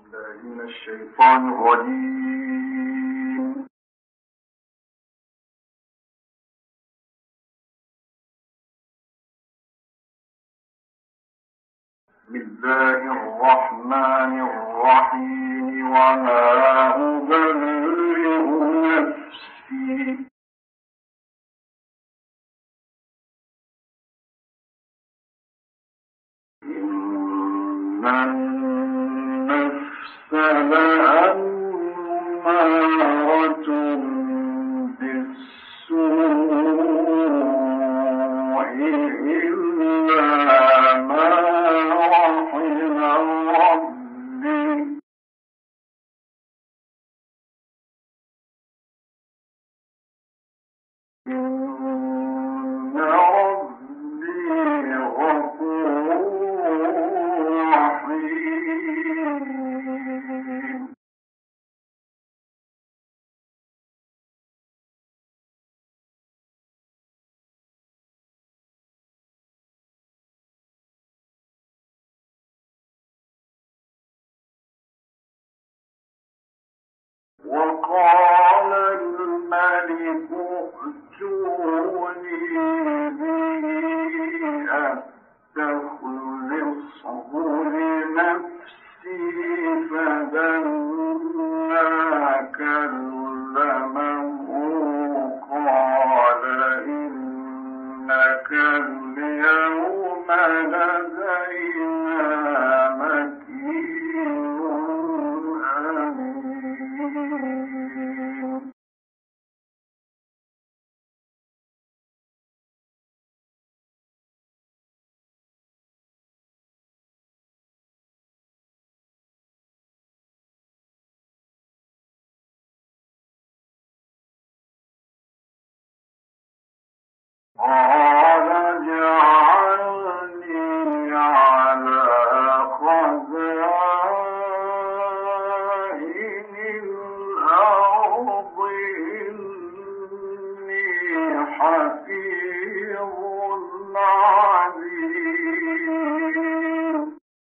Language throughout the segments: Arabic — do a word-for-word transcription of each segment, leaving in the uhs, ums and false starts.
من الشيطان الرجيم. بسم الله الرحمن الرحيم. وما أبرئ نفسي إن النفس لأمارة بالسوء إلا ما رحم ربي إن ربي غفور رحيم. وقال الملك ائتوني به أستخلصه لنفسي فلما كلمه قال إنك اليوم لدينا مكين أمين. قال اجعلني على خزائن الأرض إني حفيظ عليم.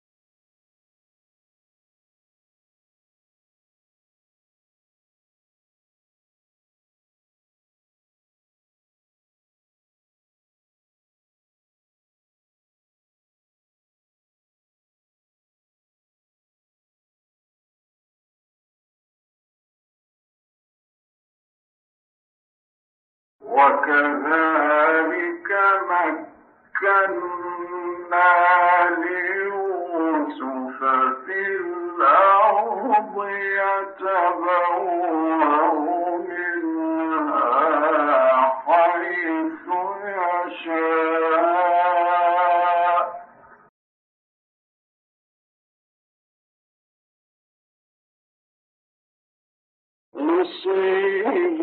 وكذلك مكنا ليوسف في الأرض يتبوأ منها حيث يشاء نصيب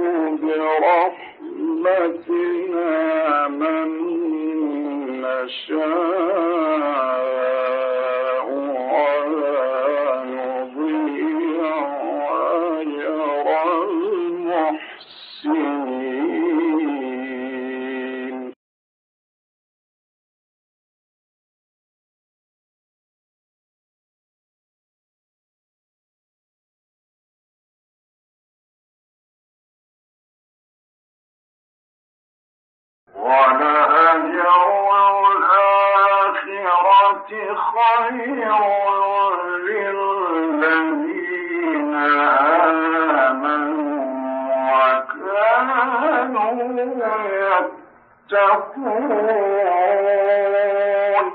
برحمتنا من نشاء ولا نضيع أجر المحسنين. ولأجر الآخرة خير للذين آمنوا وكانوا يتقون.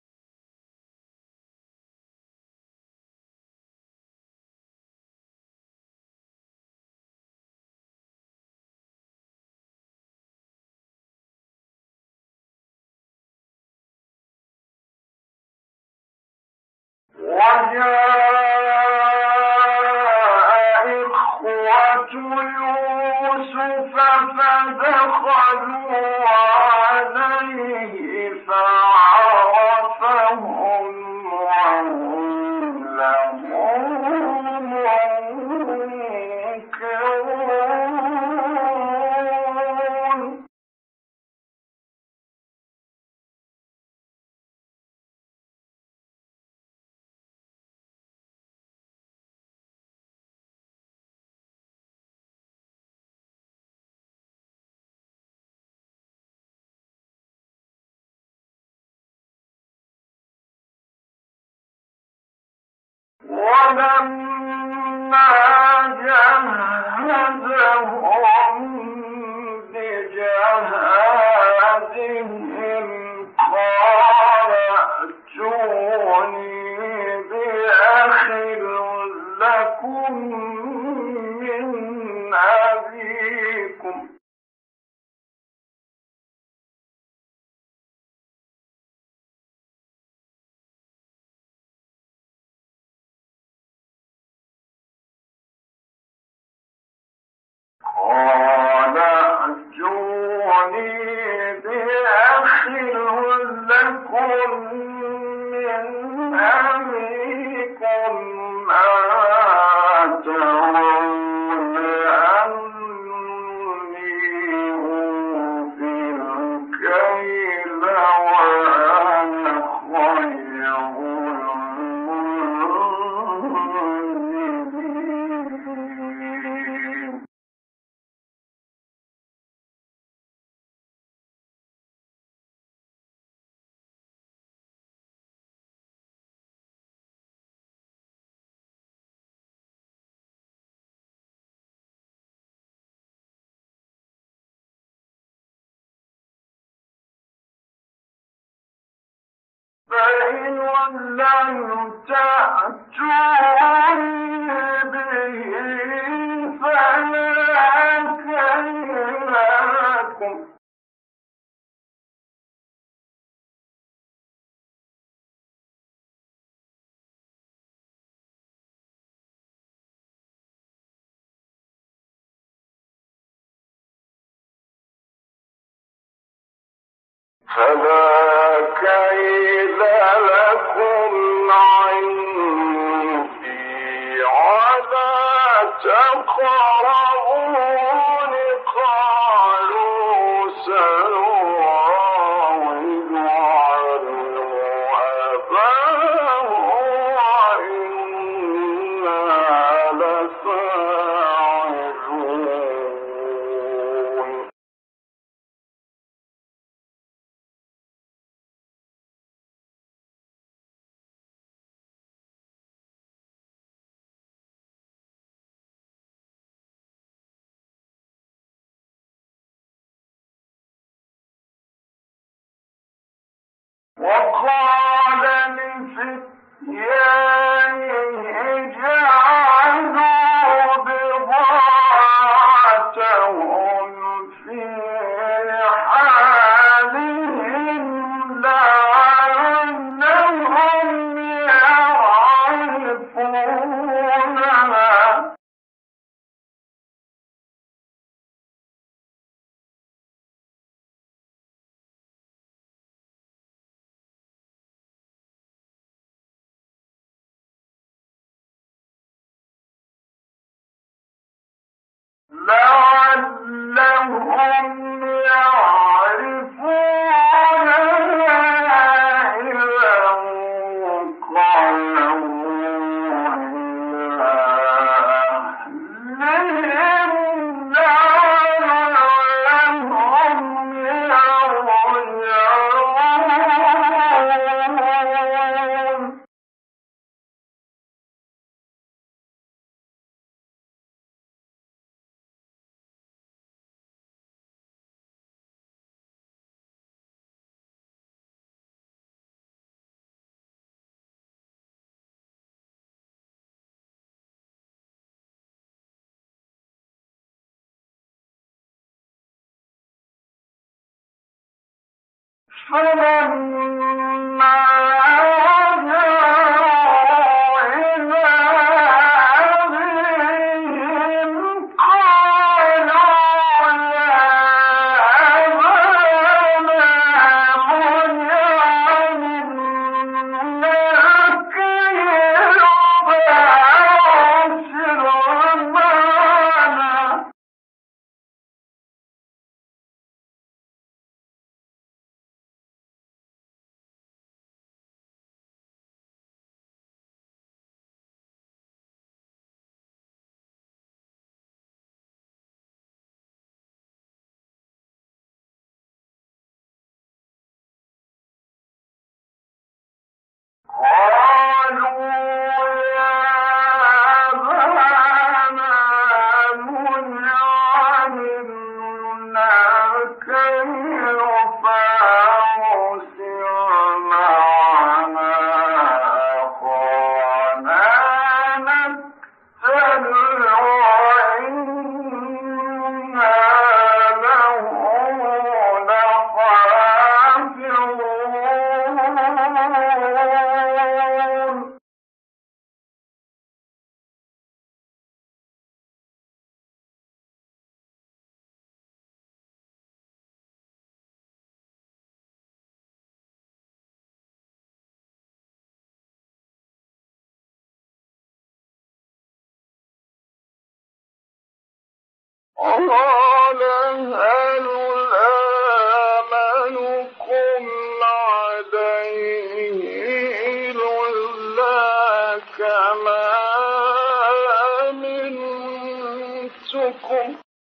وجاء إخوة يوسف فدخلوا عليه فعرفهم وهم له منكرون. ولما جهزهم بجهازهم قال ائتوني بأخ لكم من أبيكم قال ائتوني بأخ لكم من أبيكم أترون أني أوفي الكيل وأنا خير المنزلين فإن لم تأتوني به فلا كيل لكم فلا كيل لكم عندي ولا تقربون قالوا سنراود عنه أباه وإنا لفاعلون وقال لفتيانه اجعلوا بضاعتهم في حالهم لعلهم يعرفونها لعلهم يعرفونها إذا انقلبوا إلى أهلهم لعلهم يرجعون فلما قال هل آمنكم عليه إلا كما أمنتكم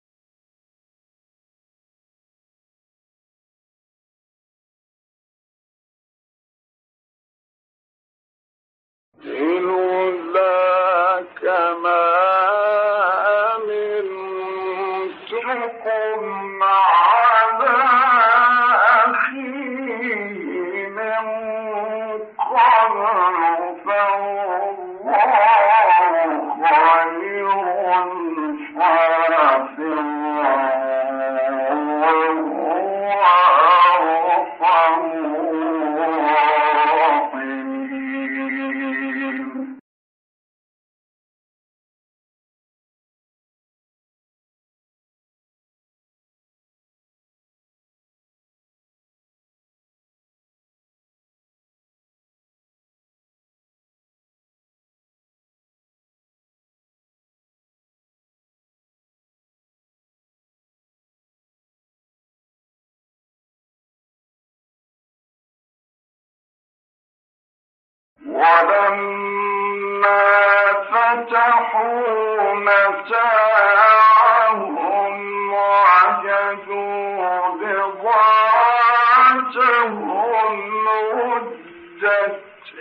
إلا كما أمنتكم على أخيه من قبل فالله خير حافظا وهو أرحم الراحمين. ولما فتحوا متاعهم وجدوا بضاعتهم ردت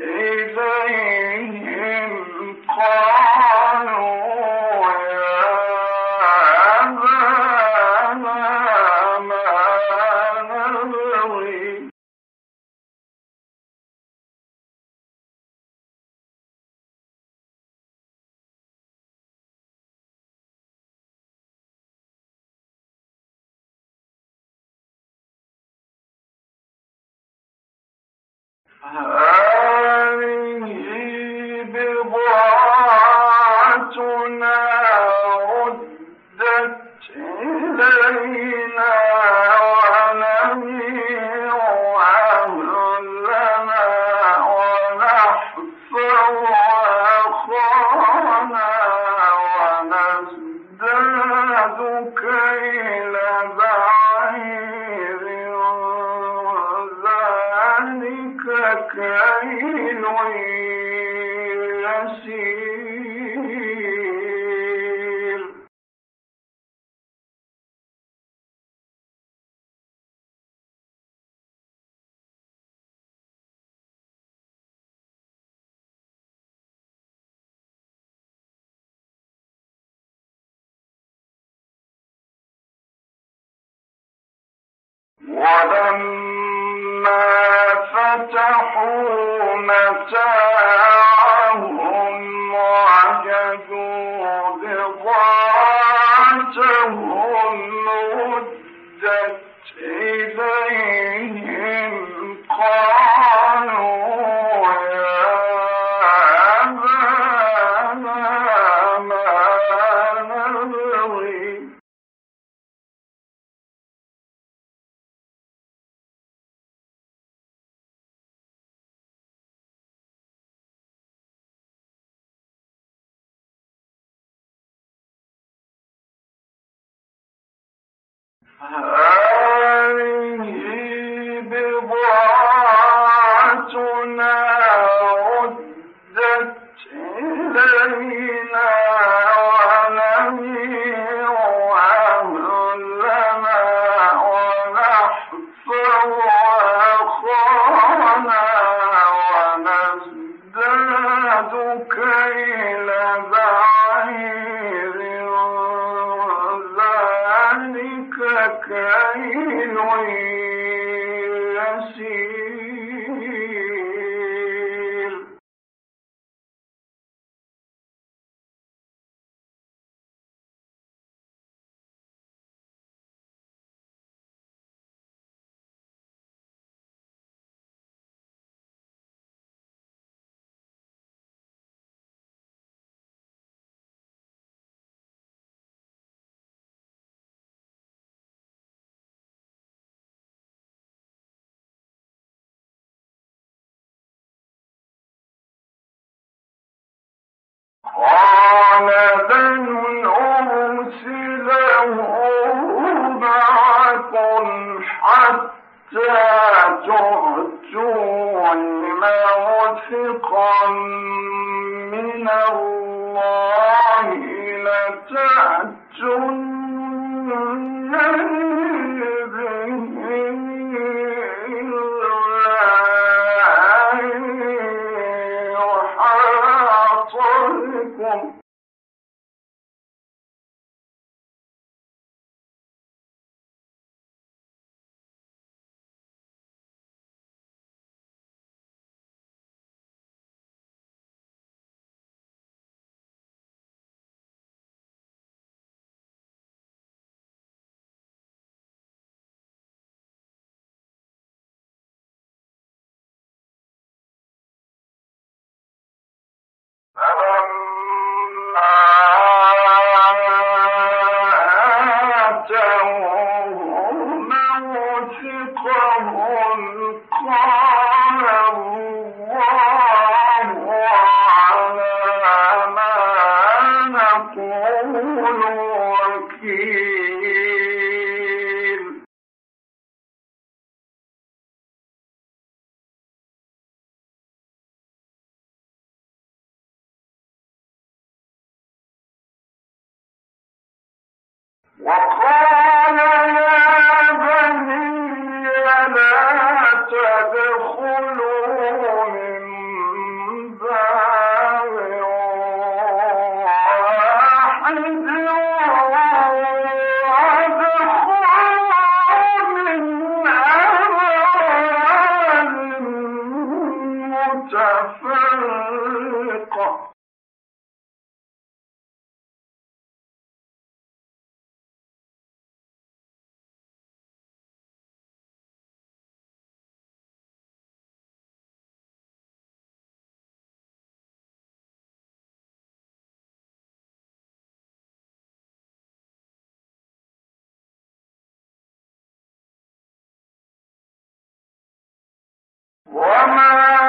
إليهم قالوا يا أبانا ما نبغي هذه بضاعتنا ردت إلينا ونمير أهلنا ونحفظ أخانا ونزداد كيل بعير كيل يسير. ولما فتحوا متاعهم وجدوا بضاعتهم ردت إليهم قالوا يا أبانا ما نبغي هذه بضاعتنا ردت إلينا ونمير أهلنا ونحفظ أخانا ونزداد كيل بعير كيل يسير. قال لن أرسله تؤتون موثقا من الله لتأتونني به إلا أن يحاط بكم وقال يا بني لا تدخلوا من باب واحد وادخلوا من أبواب متفرقة وما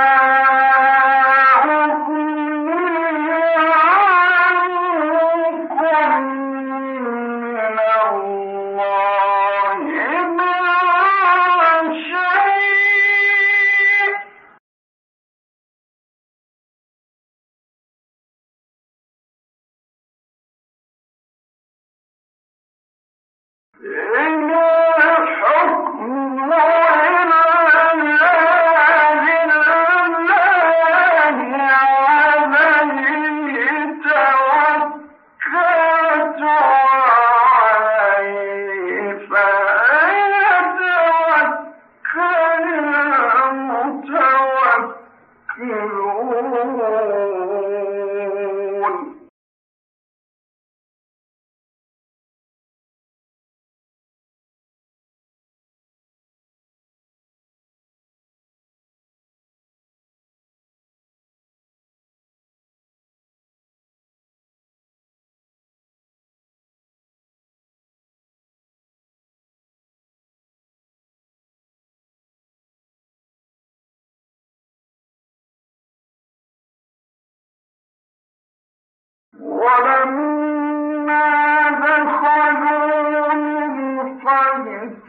ولما دخلوا من حيث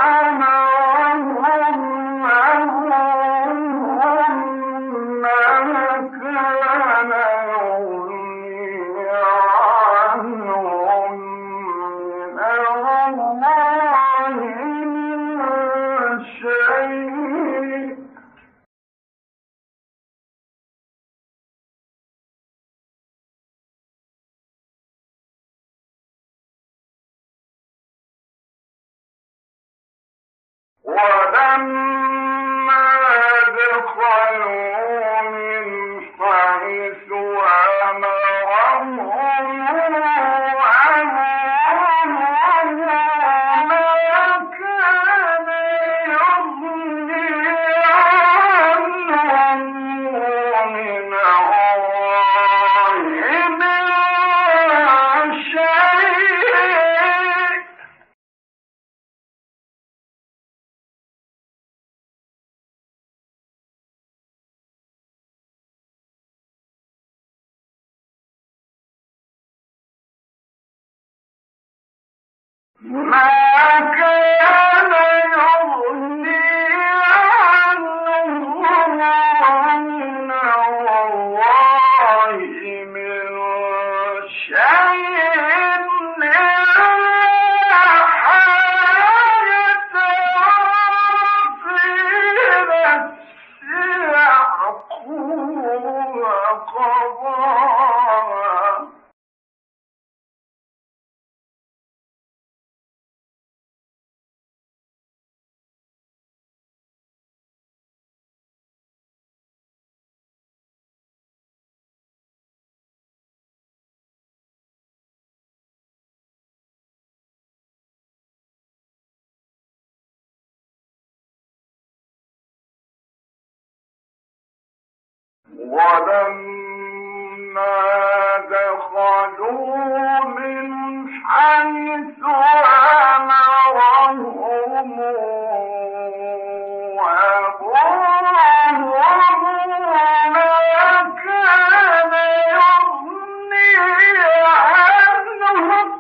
أمرهم أبوهم ما كان يغني عنهم من الله من شيء ولما دخلوا من حيث أمرهم أبوهم ما كان يغني عنهم من الله من شيء ما كان يغني قضاها ولما دخلوا من حيث أمرهم أبوهم ما كان يغني عنهم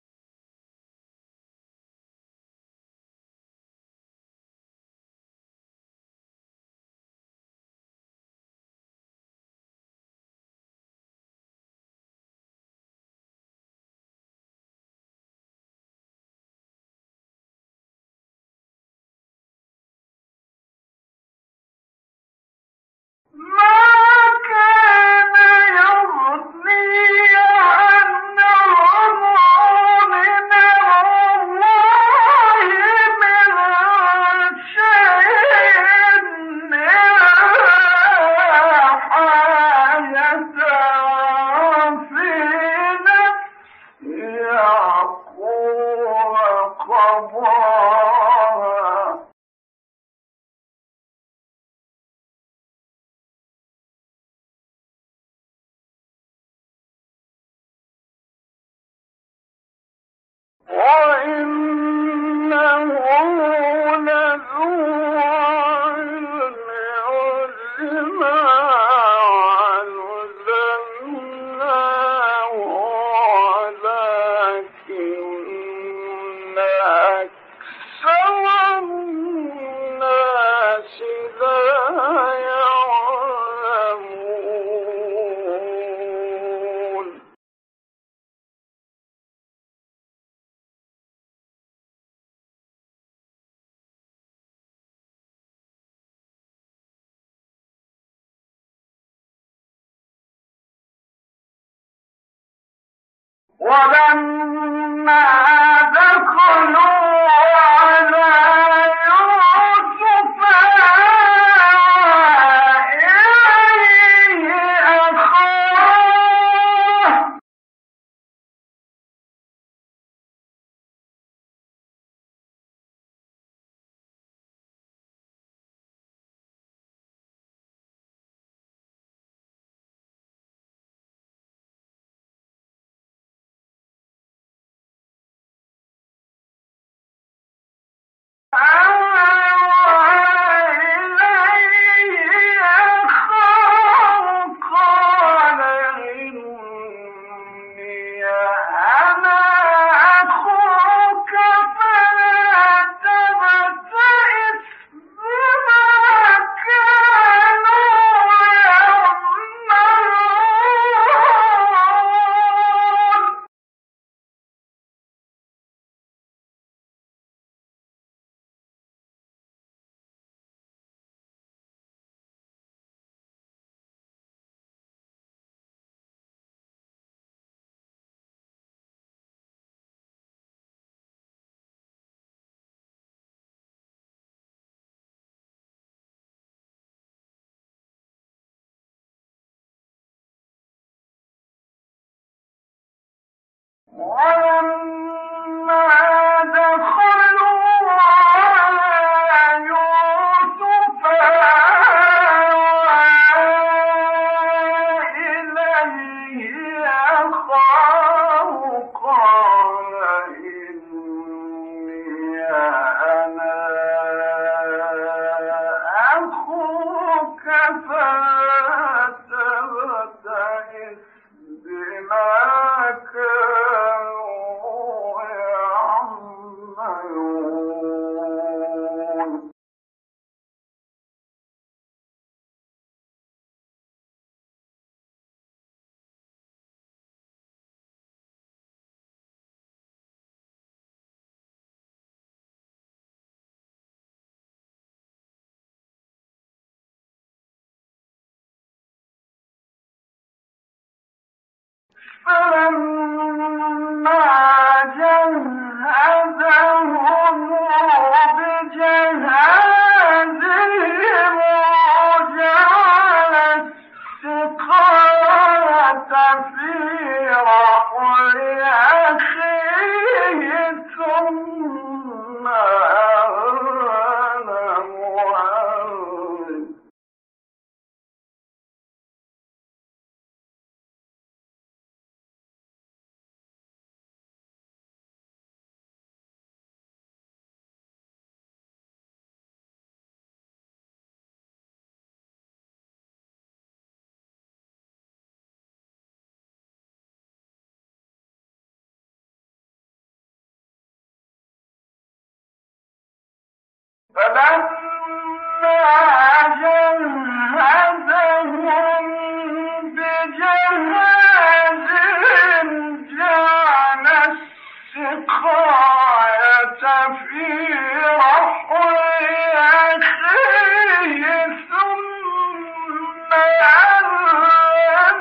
ما كان يغني عنهم من الله من شيء إلا حاجة في نفس يعقوب قضاها وإنه لذو علم لما علمناه ولكن أكثر الناس لا يعلمون ولما دخلوا على يوسف إليه أخاه فلما جهزهم بجهازهم جعل السقاية في رحل أخيه ثم أعلم عنه فلما جهزهم بجهازهم جعل السقاية في رحل أخيه ثم أذن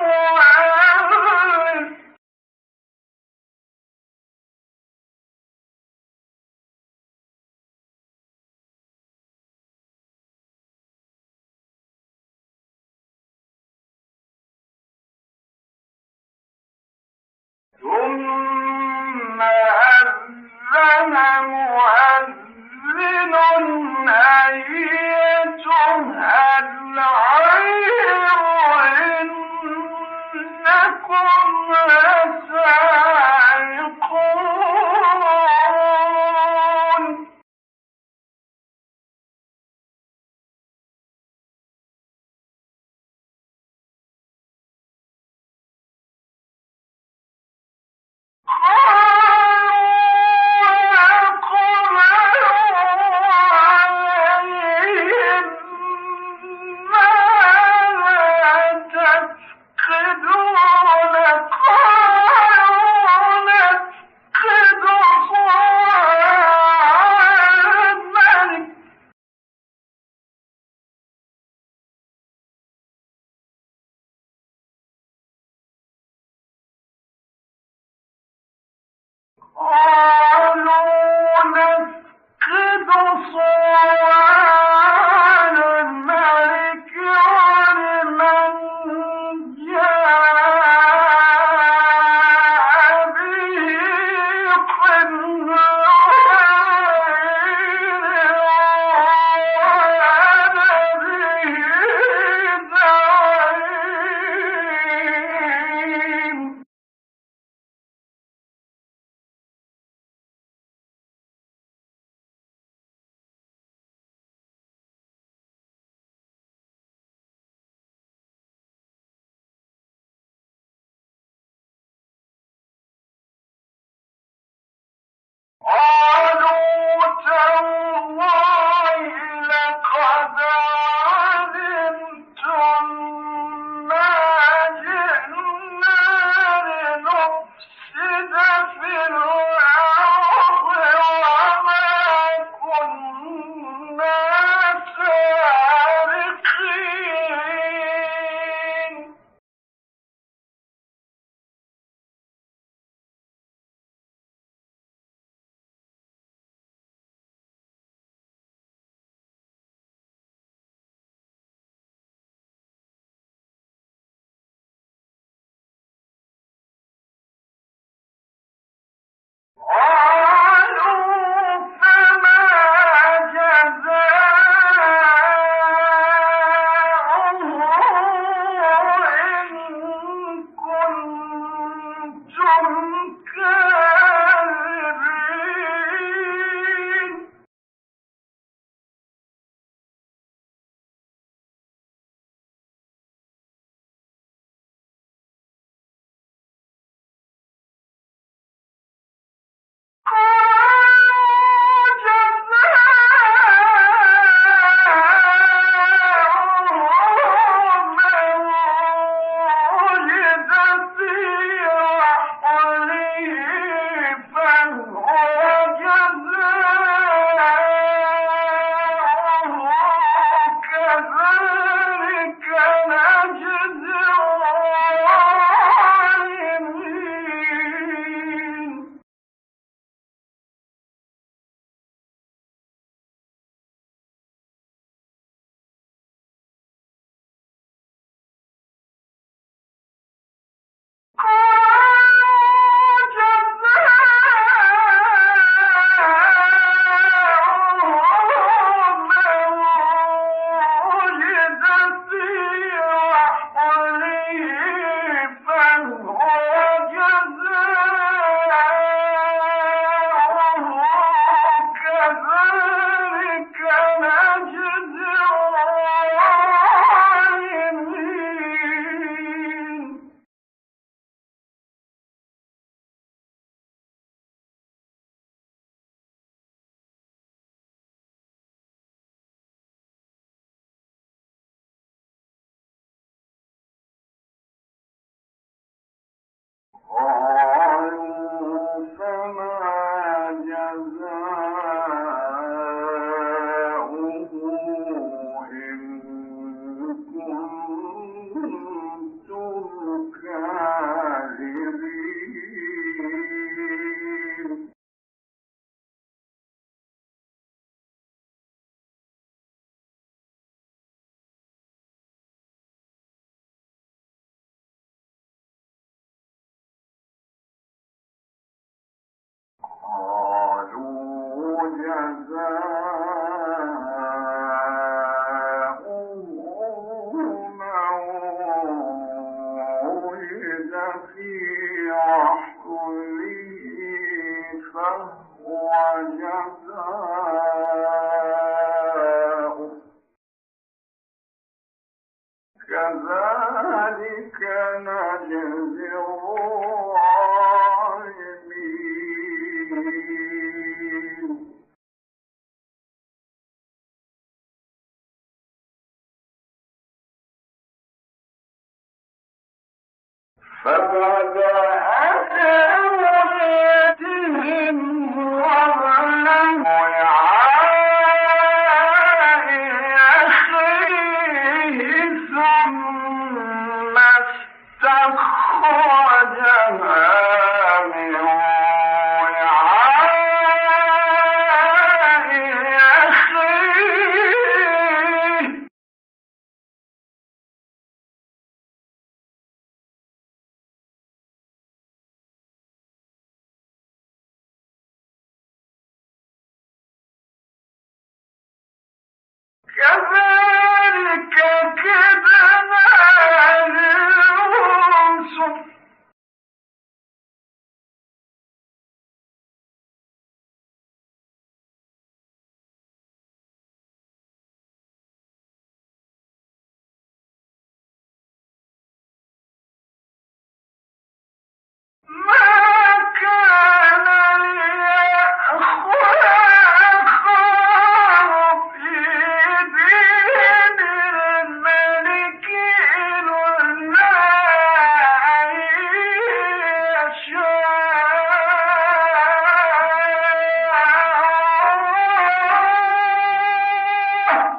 مؤذن ثم أذن مؤذن أيتها العير إنكم لسارقون قالوا نفقد صواع الملك ولمن جاء به قنوان به زعيم قالوا فما جزاؤه إن كنتم كاذبين قالوا جزاؤه من وجد في رحله فهو جزاؤه كذلك نجزي الظالمين فبدأ بأمريتهم وظلموا وعاء أخيه ثم استخرجها من وعاء أخيه كذلك كدنا ليوسف ما كان ليأخذ أخاه في دين الملك إلا أن يشاء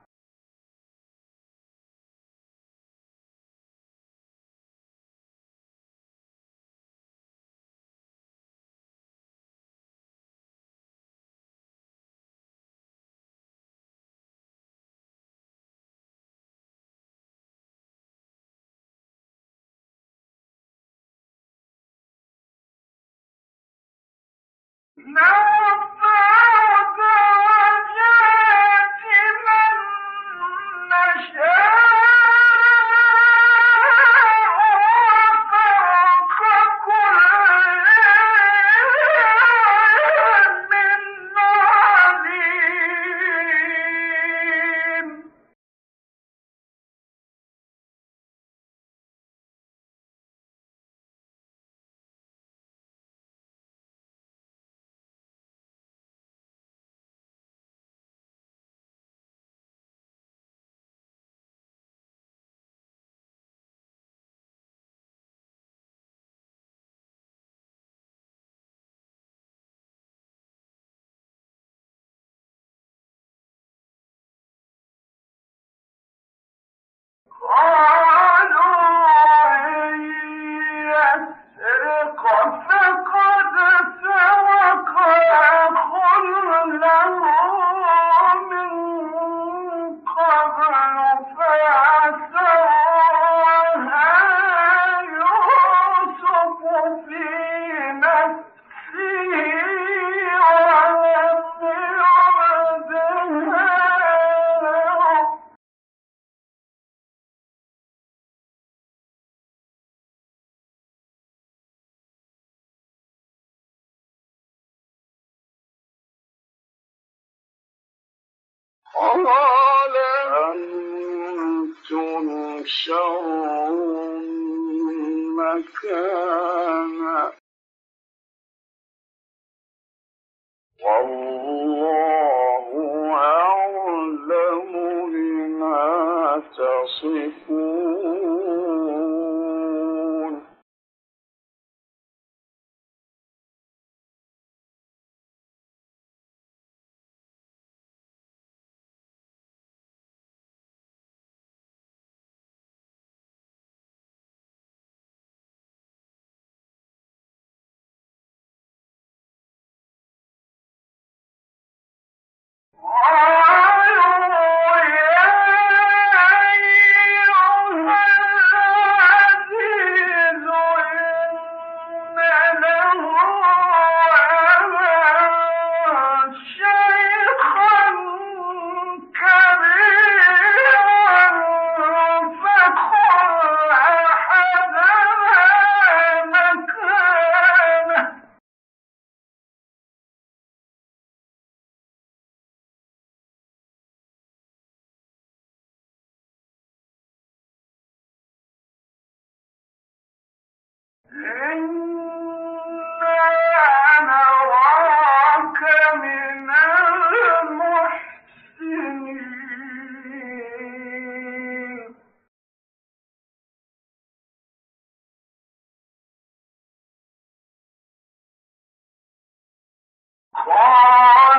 نرفع درجات من نشاء وفوق كل علم عليم قالوا إن يسرق فقد سرق أخ له من قبل فعسرها يوسف في نفسه ولم يبدها قال أنتم شر مكانا والله أعلم بما تصفون نراك من المحسنين قال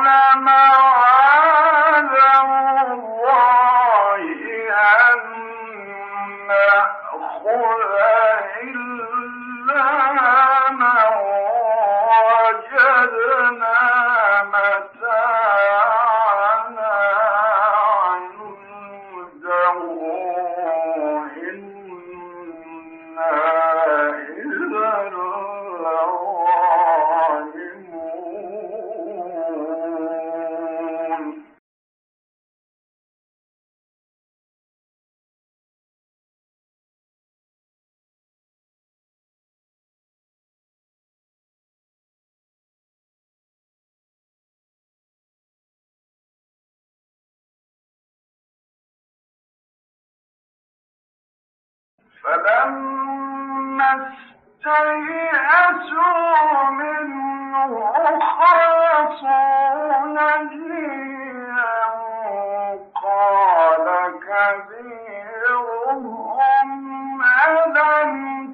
معاذ الله أن نأخذ إلا من وجدنا متاعنا عنده إنا إذا لظالمون فلما استيئسوا منه خلصوا نجيا قال كبيرهم ألم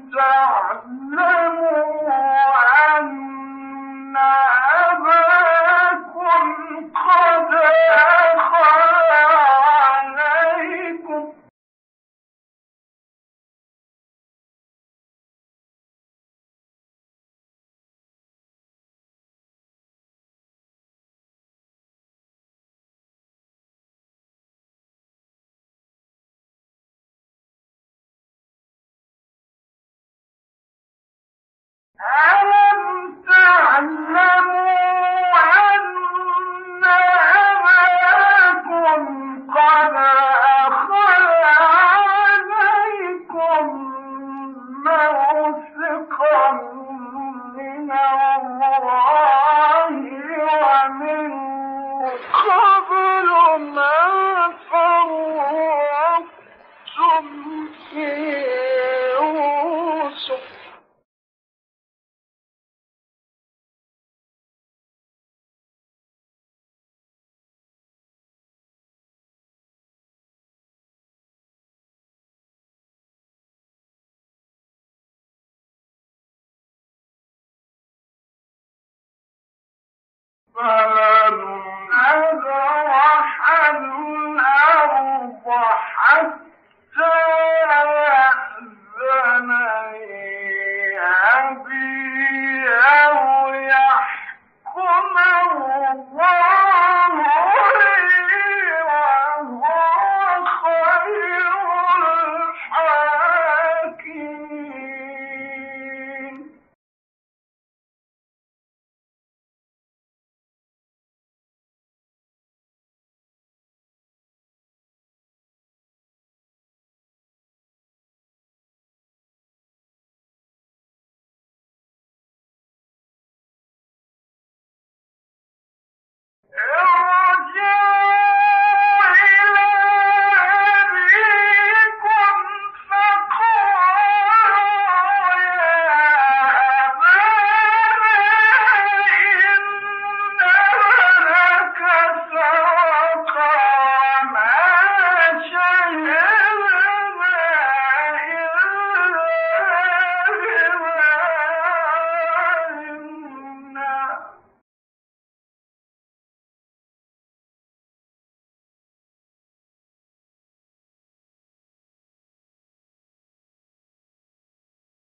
تعلموا أن أباكم قد أخذ عليكم ألم تعلموا أن أباكم قد أخذ عليكم موثقا من الله ومن قبل ما فرطتم في يوسف فلن أبرح الأرض حتى يأذن لي أبي أو يحكم الله لي وهو خير الحاكمين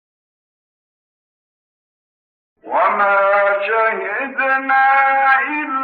وما شهدنا إلا